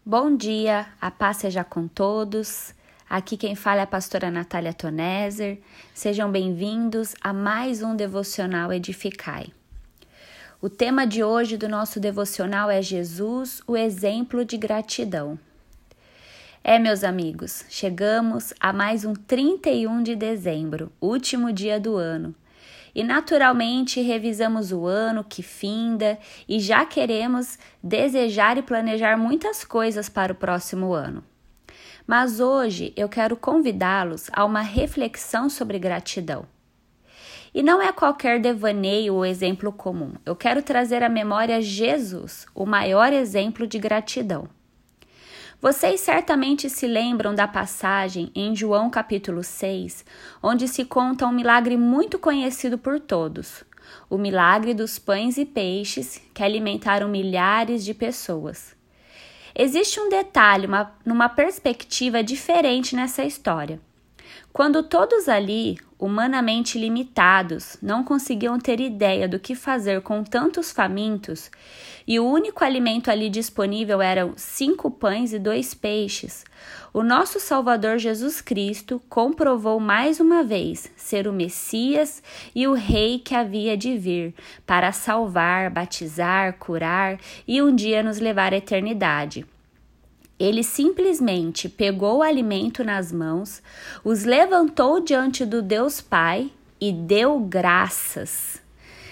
Bom dia, a paz seja com todos. Aqui quem fala é a pastora Natália Toneser. Sejam bem-vindos a mais um Devocional Edificai. O tema de hoje do nosso devocional é Jesus, o exemplo de gratidão. Meus amigos, chegamos a mais um 31 de dezembro, último dia do ano. E naturalmente revisamos o ano que finda e já queremos desejar e planejar muitas coisas para o próximo ano. Mas hoje eu quero convidá-los a uma reflexão sobre gratidão. E não é qualquer devaneio ou exemplo comum. Eu quero trazer à memória Jesus, o maior exemplo de gratidão. Vocês certamente se lembram da passagem em João capítulo 6, onde se conta um milagre muito conhecido por todos, o milagre dos pães e peixes que alimentaram milhares de pessoas. Existe um detalhe, numa perspectiva diferente nessa história. Quando todos ali, humanamente limitados, não conseguiam ter ideia do que fazer com tantos famintos, e o único alimento ali disponível eram 5 pães e 2 peixes, o nosso Salvador Jesus Cristo comprovou mais uma vez ser o Messias e o Rei que havia de vir para salvar, batizar, curar e um dia nos levar à eternidade. Ele simplesmente pegou o alimento nas mãos, os levantou diante do Deus Pai e deu graças.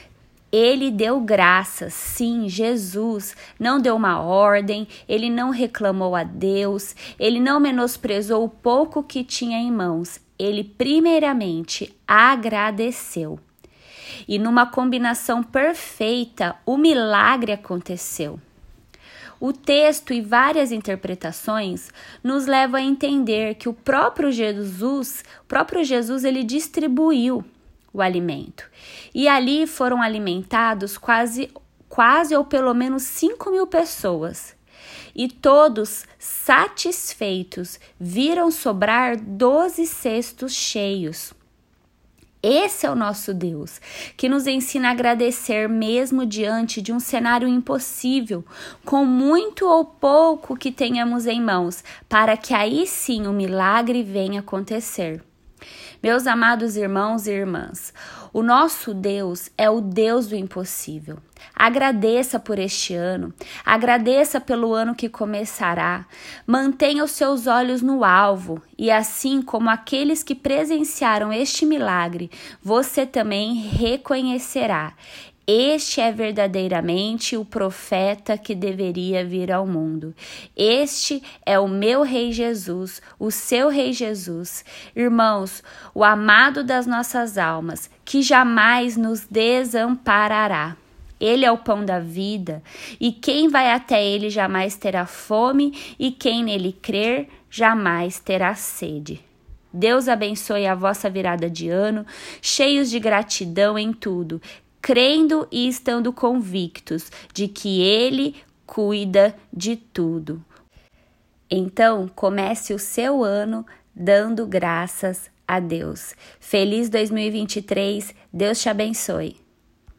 Ele deu graças, sim, Jesus não deu uma ordem, ele não reclamou a Deus, ele não menosprezou o pouco que tinha em mãos, ele primeiramente agradeceu. E numa combinação perfeita, o milagre aconteceu. O texto e várias interpretações nos levam a entender que o próprio Jesus ele distribuiu o alimento. E ali foram alimentados quase ou pelo menos 5.000 pessoas. E todos satisfeitos viram sobrar 12 cestos cheios. Esse é o nosso Deus, que nos ensina a agradecer mesmo diante de um cenário impossível, com muito ou pouco que tenhamos em mãos, para que aí sim o milagre venha acontecer. Meus amados irmãos e irmãs, o nosso Deus é o Deus do impossível. Agradeça por este ano, agradeça pelo ano que começará, mantenha os seus olhos no alvo e assim como aqueles que presenciaram este milagre, você também reconhecerá. Este é verdadeiramente o profeta que deveria vir ao mundo. Este é o meu Rei Jesus, o seu Rei Jesus. Irmãos, o amado das nossas almas, que jamais nos desamparará. Ele é o pão da vida, e quem vai até ele jamais terá fome, e quem nele crer jamais terá sede. Deus abençoe a vossa virada de ano, cheios de gratidão em tudo, crendo e estando convictos de que Ele cuida de tudo. Então, comece o seu ano dando graças a Deus. Feliz 2023, Deus te abençoe.